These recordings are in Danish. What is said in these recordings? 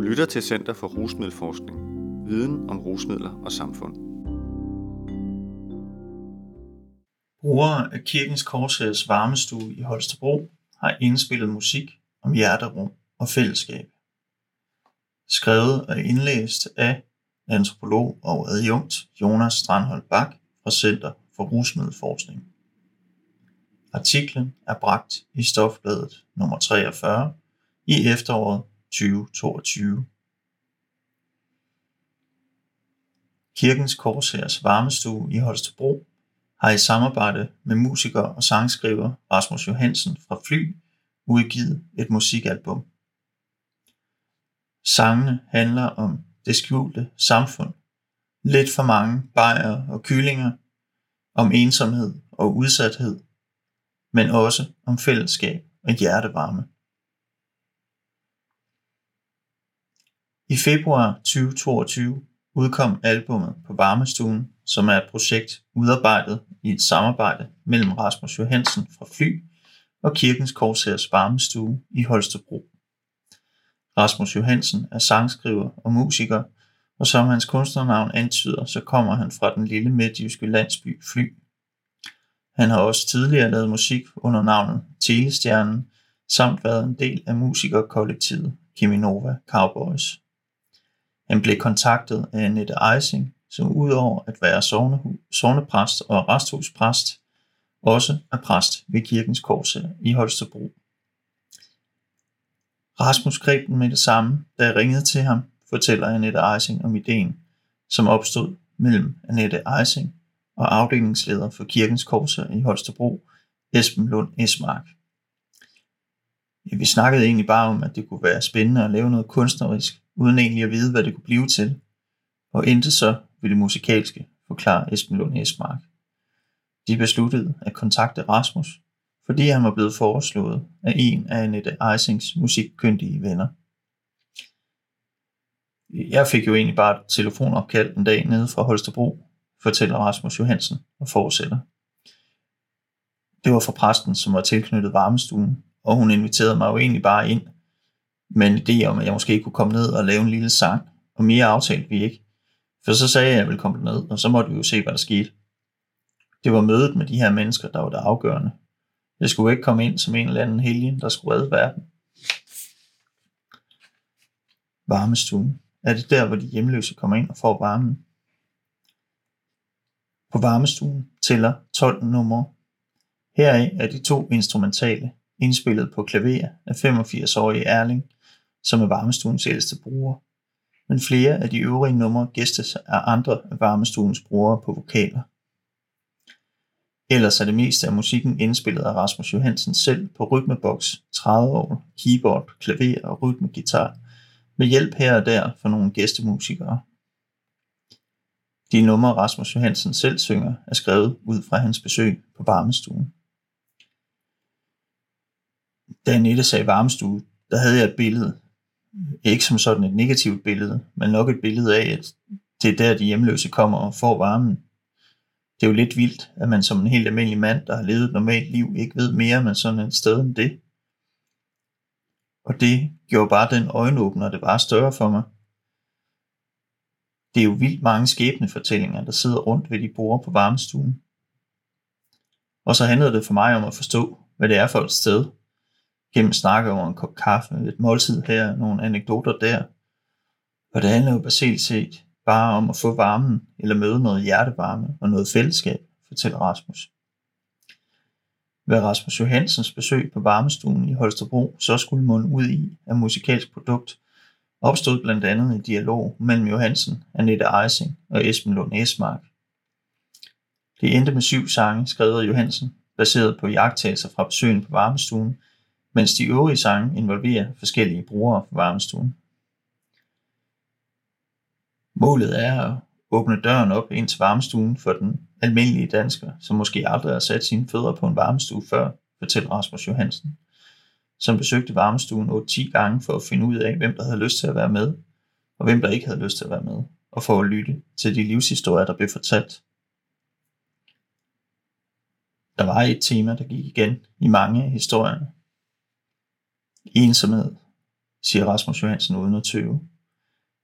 lytter til Center for Rusmiddelforskning. Viden om rusmidler og samfund. Brugere af Kirkens Korshærs varmestue i Holstebro har indspillet musik om hjerterum og fællesskab. Skrevet og indlæst af antropolog og adjunkt Jonas Strandholt Bach fra Center for Rusmiddelforskning. Artiklen er bragt i Stofbladet nummer 43 i efteråret 2022. Kirkens Korshærs varmestue i Holstebro har i samarbejde med musiker og sangskriver Rasmus Johansen fra Fly udgivet et musikalbum. Sangene handler om det skjulte samfund, lidt for mange bajere og kyllinger, om ensomhed og udsathed, men også om fællesskab og hjertevarme. I februar 2022 udkom albummet På Varmestuen, som er et projekt udarbejdet i et samarbejde mellem Rasmus Johansen fra Fly og Kirkens Korshærs varmestue i Holstebro. Rasmus Johansen er sangskriver og musiker, og som hans kunstnernavn antyder, så kommer han fra den lille midtjyske landsby Fly. Han har også tidligere lavet musik under navnet Telestjernen, samt været en del af musikerkollektivet Cheminova Cowboys. Han blev kontaktet af Annette Eising, som udover at være sognepræst og arresthuspræst, også er præst ved Kirkens Korshær i Holstebro. Rasmus greb den med det samme, da jeg ringede til ham, fortæller Annette Eising om ideen, som opstod mellem Annette Eising og afdelingsleder for Kirkens Korshær i Holstebro, Esben Lund Esmark. Vi snakkede egentlig bare om, at det kunne være spændende at lave noget kunstnerisk, uden egentlig at vide, hvad det kunne blive til, og endte så ved det musikalske, forklarer Esben Lund Esmark. De besluttede at kontakte Rasmus, fordi han var blevet foreslået af en af Annette Eisings musikkyndige venner. Jeg fik jo egentlig bare et telefonopkald en dag nede fra Holstebro, fortæller Rasmus Johansen og fortsætter. Det var fra præsten, som var tilknyttet varmestuen, og hun inviterede mig jo egentlig bare ind med en idé om, at jeg måske kunne komme ned og lave en lille sang, og mere aftalte vi ikke. For så sagde jeg, at jeg ville komme ned, og så måtte vi jo se, hvad der skete. Det var mødet med de her mennesker, der var det afgørende. Jeg skulle ikke komme ind som en eller anden helgen, der skulle redde verden. Varmestuen. Er det der, hvor de hjemløse kommer ind og får varmen? På varmestuen tæller 12 numre. Heraf er de 2 instrumentale, indspillet på klaver af 85-årige Erling, som er varmestuens ældste bruger. Men flere af de øvrige numre gæstes af andre af varmestuens brugere på vokaler. Ellers er det meste af musikken indspillet af Rasmus Johansen selv på rytmeboks, trædeorgel, keyboard, klaver og rytmegitar, med hjælp her og der fra nogle gæstemusikere. De numre Rasmus Johansen selv synger er skrevet ud fra hans besøg på varmestuen. Da Annette sagde varmestue, der havde jeg et billede. Ikke som sådan et negativt billede, men nok et billede af, at det er der, de hjemløse kommer og får varmen. Det er jo lidt vildt, at man som en helt almindelig mand, der har levet et normalt liv, ikke ved mere med sådan et sted end det. Og det gjorde bare den øjenåbner, det var større for mig. Det er jo vildt mange skæbnefortællinger, der sidder rundt ved de borde på varmestuen. Og så handlede det for mig om at forstå, hvad det er for et sted. Gennem snakke over en kop kaffe, et måltid her, nogle anekdoter der. Og det handler jo basalt set bare om at få varmen, eller møde noget hjertevarme og noget fællesskab, fortæller Rasmus. Hvad Rasmus Johansens besøg på varmestuen i Holstebro så skulle munde ud i af musikalsk produkt, opstod blandt andet en dialog mellem Johansen, Annette Eising og Esben Lund Esmark. Det endte med 7 sange, skrevet af Johansen, baseret på iagttagelser fra besøgen på varmestuen, mens de øvrige sange involverer forskellige brugere på varmestuen. Målet er at åbne døren op ind til varmestuen for den almindelige dansker, som måske aldrig har sat sine fødder på en varmestue før, fortæller Rasmus Johansen, som besøgte varmestuen 8-10 gange for at finde ud af, hvem der havde lyst til at være med, og hvem der ikke havde lyst til at være med, og for at lytte til de livshistorier, der blev fortalt. Der var et tema, der gik igen i mange af historierne. Ensomhed, siger Rasmus Johansen uden at tøve.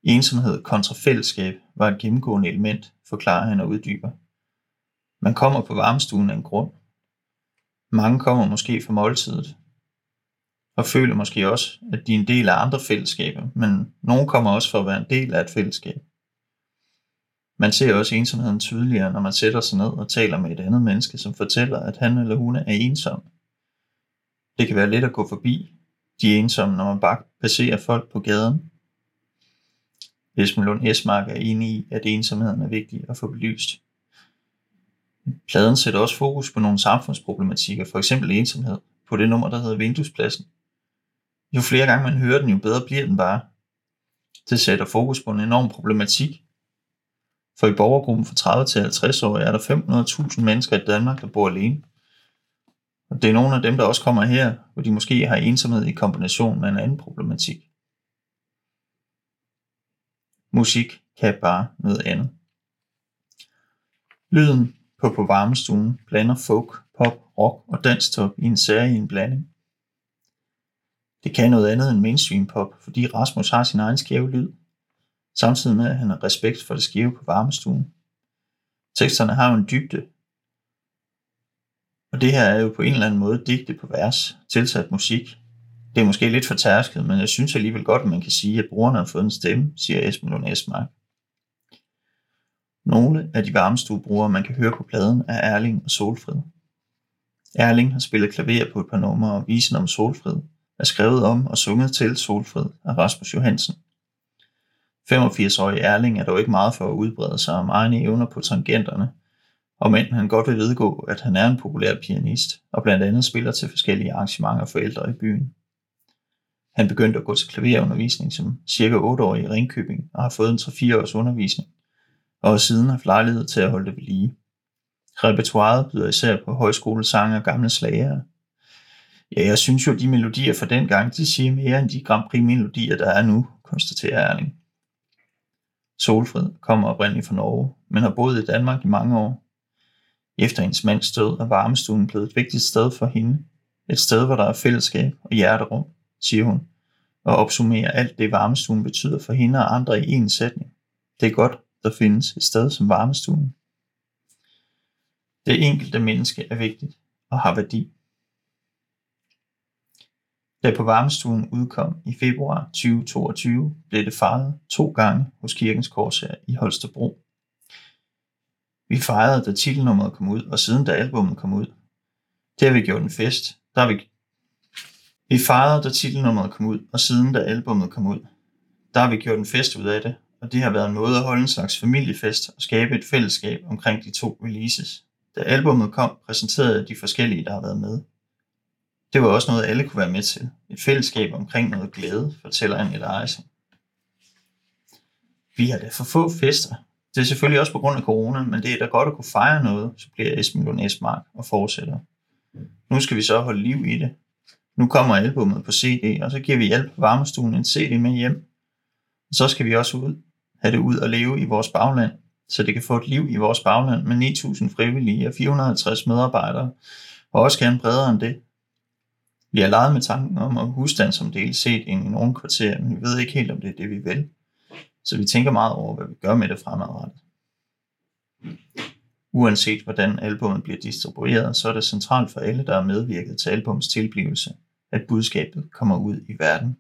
Ensomhed kontra fællesskab var et gennemgående element, forklarer han og uddyber. Man kommer på varmestuen af en grund. Mange kommer måske fra måltidet, og føler måske også, at de er en del af andre fællesskaber, men nogen kommer også for at være en del af et fællesskab. Man ser også ensomheden tydeligere, når man sætter sig ned og taler med et andet menneske, som fortæller, at han eller hun er ensom. Det kan være let at gå forbi de ensomme, når man bare passerer folk på gaden. Esben Lund Esmark er enig i, at ensomheden er vigtig at få belyst. Pladen sætter også fokus på nogle samfundsproblematikker, f.eks. ensomhed, på det nummer, der hedder Vinduespladsen. Jo flere gange man hører den, jo bedre bliver den bare. Det sætter fokus på en enorm problematik. For i borgergruppen fra 30 til 50 år er der 500.000 mennesker i Danmark, der bor alene. Og det er nogle af dem, der også kommer her, hvor de måske har ensomhed i kombination med en anden problematik. Musik kan bare noget andet. Lyden på varmestuen blander folk, pop, rock og danstop i en særlig blanding. Det kan noget andet end mainstream pop, fordi Rasmus har sin egen skæve lyd, samtidig med at han har respekt for det skæve på varmestuen. Teksterne har jo en dybde, og det her er jo på en eller anden måde digte på vers, tilsat musik. Det er måske lidt fortærsket, men jeg synes alligevel godt, at man kan sige, at brugerne har fået en stemme, siger Esben Lund Esmark. Nogle af de varmestuebrugere, man kan høre på pladen, er Erling og Solfrid. Erling har spillet klaver på et par numre, og Visen om Solfrid er skrevet om og sunget til Solfrid af Rasmus Johansen. 85-årige Erling er dog ikke meget for at udbrede sig om egne evner på tangenterne, og men han godt vil vedgå, at han er en populær pianist, og blandt andet spiller til forskellige arrangementer for ældre i byen. Han begyndte at gå til klaverundervisning som cirka 8-årig i Ringkøbing, og har fået en 3-4 års undervisning, og siden haft lejlighed til at holde det ved lige. Repertoiret byder især på højskolesange og gamle slagere. Ja, jeg synes jo, de melodier fra dengang, de siger mere end de Grand Prix melodier, der er nu, konstaterer Erling. Solfrid kommer oprindeligt fra Norge, men har boet i Danmark i mange år. Efter hendes mands død er varmestuen blevet et vigtigt sted for hende. Et sted, hvor der er fællesskab og hjerterum, siger hun, og opsummerer alt det varmestuen betyder for hende og andre i en sætning. Det er godt, der findes et sted som varmestuen. Det enkelte menneske er vigtigt og har værdi. Da På varmestuen udkom i februar 2022, blev det fejret 2 gange hos Kirkens Korshær i Holstebro. Vi fejrede, da titelnummeret kom ud, og siden da albumet kom ud. Det har vi gjort en fest. Vi fejrede, da titelnummeret kom ud, og siden da albumet kom ud. Der har vi gjort en fest ud af det, og det har været en måde at holde en slags familiefest og skabe et fællesskab omkring de 2 releases. Da albumet kom, præsenterede jeg de forskellige, der har været med. Det var også noget, alle kunne være med til. Et fællesskab omkring noget glæde, fortæller Annette Eisen. Vi har da for få fester. Det er selvfølgelig også på grund af corona, men det er da godt at kunne fejre noget, så bliver Esben Lund Esmark og fortsætter. Nu skal vi så holde liv i det. Nu kommer albumet på CD, og så giver vi alle på varmestuen en CD med hjem. Og så skal vi også have det ud og leve i vores bagland, så det kan få et liv i vores bagland med 9.000 frivillige og 450 medarbejdere, og også gerne bredere end det. Vi har leget med tanken om at husstandsomdele CD'en i nogle kvarterer, men vi ved ikke helt, om det er det, vi vil. Så vi tænker meget over, hvad vi gør med det fremadrettet. Uanset hvordan albumet bliver distribueret, så er det centralt for alle, der er medvirket til albumets tilblivelse, at budskabet kommer ud i verden.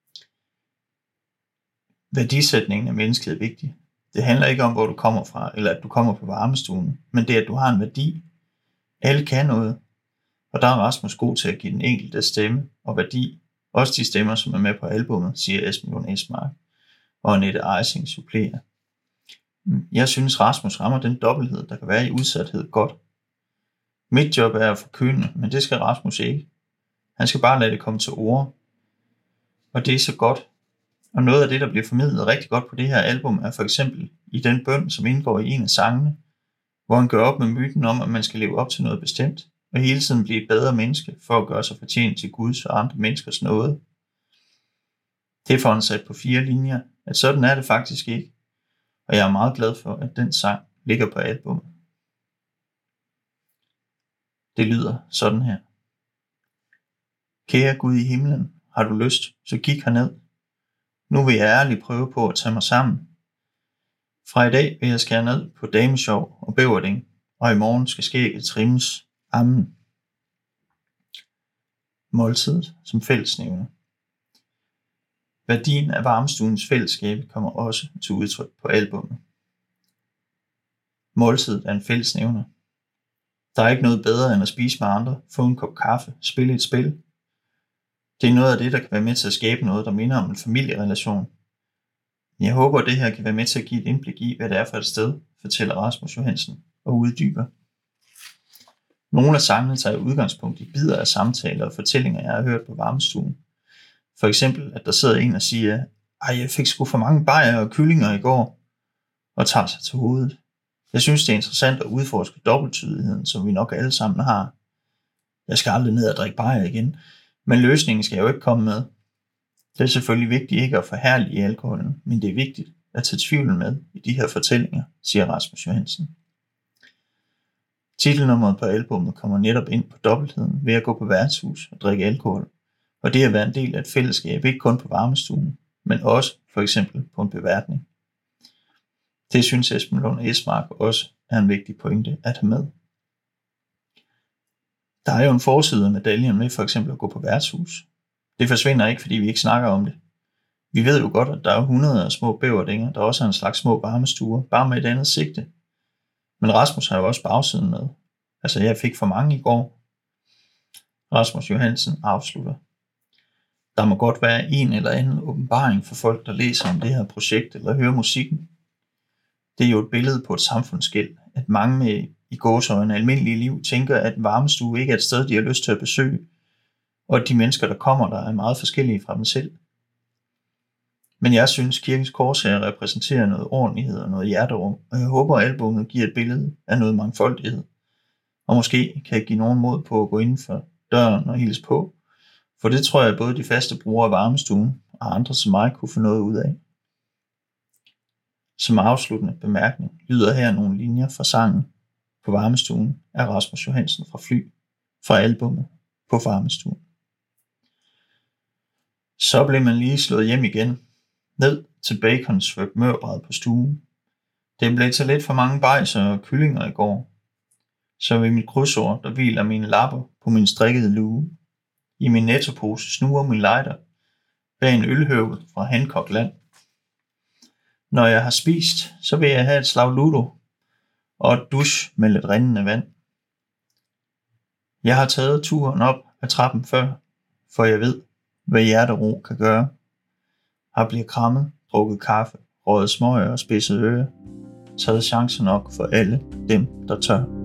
Værdisætningen af mennesket er vigtig. Det handler ikke om, hvor du kommer fra, eller at du kommer på varmestuen, men det er, at du har en værdi. Alle kan noget, og der er Rasmus god til at give den enkelte stemme og værdi, også de stemmer, som er med på albumet, siger Esben Lund Esmark, og Annette Eising supplerer. Jeg synes, Rasmus rammer den dobbelthed, der kan være i udsathed godt. Mit job er at forkynde, men det skal Rasmus ikke. Han skal bare lade det komme til ord. Og det er så godt. Og noget af det, der bliver formidlet rigtig godt på det her album, er for eksempel i den bøn, som indgår i en af sangene, hvor han gør op med myten om, at man skal leve op til noget bestemt, og hele tiden blive et bedre menneske, for at gøre sig fortjent til Guds og andre menneskers nåde. Det får han sat på 4 linjer, at sådan er det faktisk ikke, og jeg er meget glad for, at den sang ligger på albumet. Det lyder sådan her. Kære Gud i himlen, har du lyst, så kig herned. Nu vil jeg ærligt prøve på at tage mig sammen. Fra i dag vil jeg skære ned på dameshow og bæverding, og i morgen skal skægget trimmes. Amen. Måltidet som fællesnævner. Værdien af varmestuens fællesskab kommer også til udtryk på albummet. Måltidet er en fællesnævner. Der er ikke noget bedre end at spise med andre, få en kop kaffe, spille et spil. Det er noget af det, der kan være med til at skabe noget, der minder om en familierelation. Jeg håber, at det her kan være med til at give et indblik i, hvad det er for et sted, fortæller Rasmus Johansen og uddyber. Nogle af sangene tager udgangspunkt i bidder af samtaler og fortællinger, jeg har hørt på varmestuen. For eksempel, at der sidder en og siger, jeg fik sgu for mange bajer og kyllinger i går, og tager sig til hovedet. Jeg synes, det er interessant at udforske dobbelttydigheden, som vi nok alle sammen har. Jeg skal aldrig ned og drikke bajer igen, men løsningen skal jeg jo ikke komme med. Det er selvfølgelig vigtigt ikke at forherlige alkoholen, men det er vigtigt at tage tvivlen med i de her fortællinger, siger Rasmus Johansen. Titelnummeret på albummet kommer netop ind på dobbeltheden ved at gå på værtshus og drikke alkohol, og det at være en del af et fællesskab ikke kun på varmestuen, men også for eksempel på en beværtning. Det synes Esben Lund Esmark også er en vigtig pointe at have med. Der er jo en forside af medaljen med for eksempel at gå på værtshus. Det forsvinder ikke, fordi vi ikke snakker om det. Vi ved jo godt, at der er 100 af små bæverdinger, der også er en slags små varmestuer, bare med et andet sigte. Men Rasmus har jo også bagsiden med. Altså, jeg fik for mange i går. Rasmus Johansen afslutter. Der må godt være en eller anden åbenbaring for folk, der læser om det her projekt eller hører musikken. Det er jo et billede på et samfundsskilt, at mange med i gåseøjne almindelige liv tænker, at en varmestue ikke er et sted, de har lyst til at besøge, og at de mennesker, der kommer der, er meget forskellige fra dem selv. Men jeg synes, Kirkens Korshær repræsenterer noget ordentlighed og noget hjerterum, og jeg håber, at albummet giver et billede af noget mangfoldighed, og måske kan jeg give nogen mod på at gå inden for døren og hilse på, for det tror jeg, både de faste brugere af varmestuen og andre som mig kunne få noget ud af. Som afsluttende bemærkning lyder her nogle linjer fra sangen på varmestuen af Rasmus Johansen fra Fly fra albummet på varmestuen. Så blev man lige slået hjem igen, ned til Bacons mørbræd på stuen. Det blev til lidt for mange bajser og kyllinger i går. Så ved mit krydsord, der hviler mine lapper på min strikkede luge. I min nettopose snuger min lighter bag en ølhøvel fra Hancock Land. Når jeg har spist, så vil jeg have et slag ludo og et dusch med lidt rindende vand. Jeg har taget turen op ad trappen før, for jeg ved, hvad hjertero kan gøre. Har blivet krammet, drukket kaffe, røget smøger og spidset ører. Taget chancen nok for alle dem, der tør.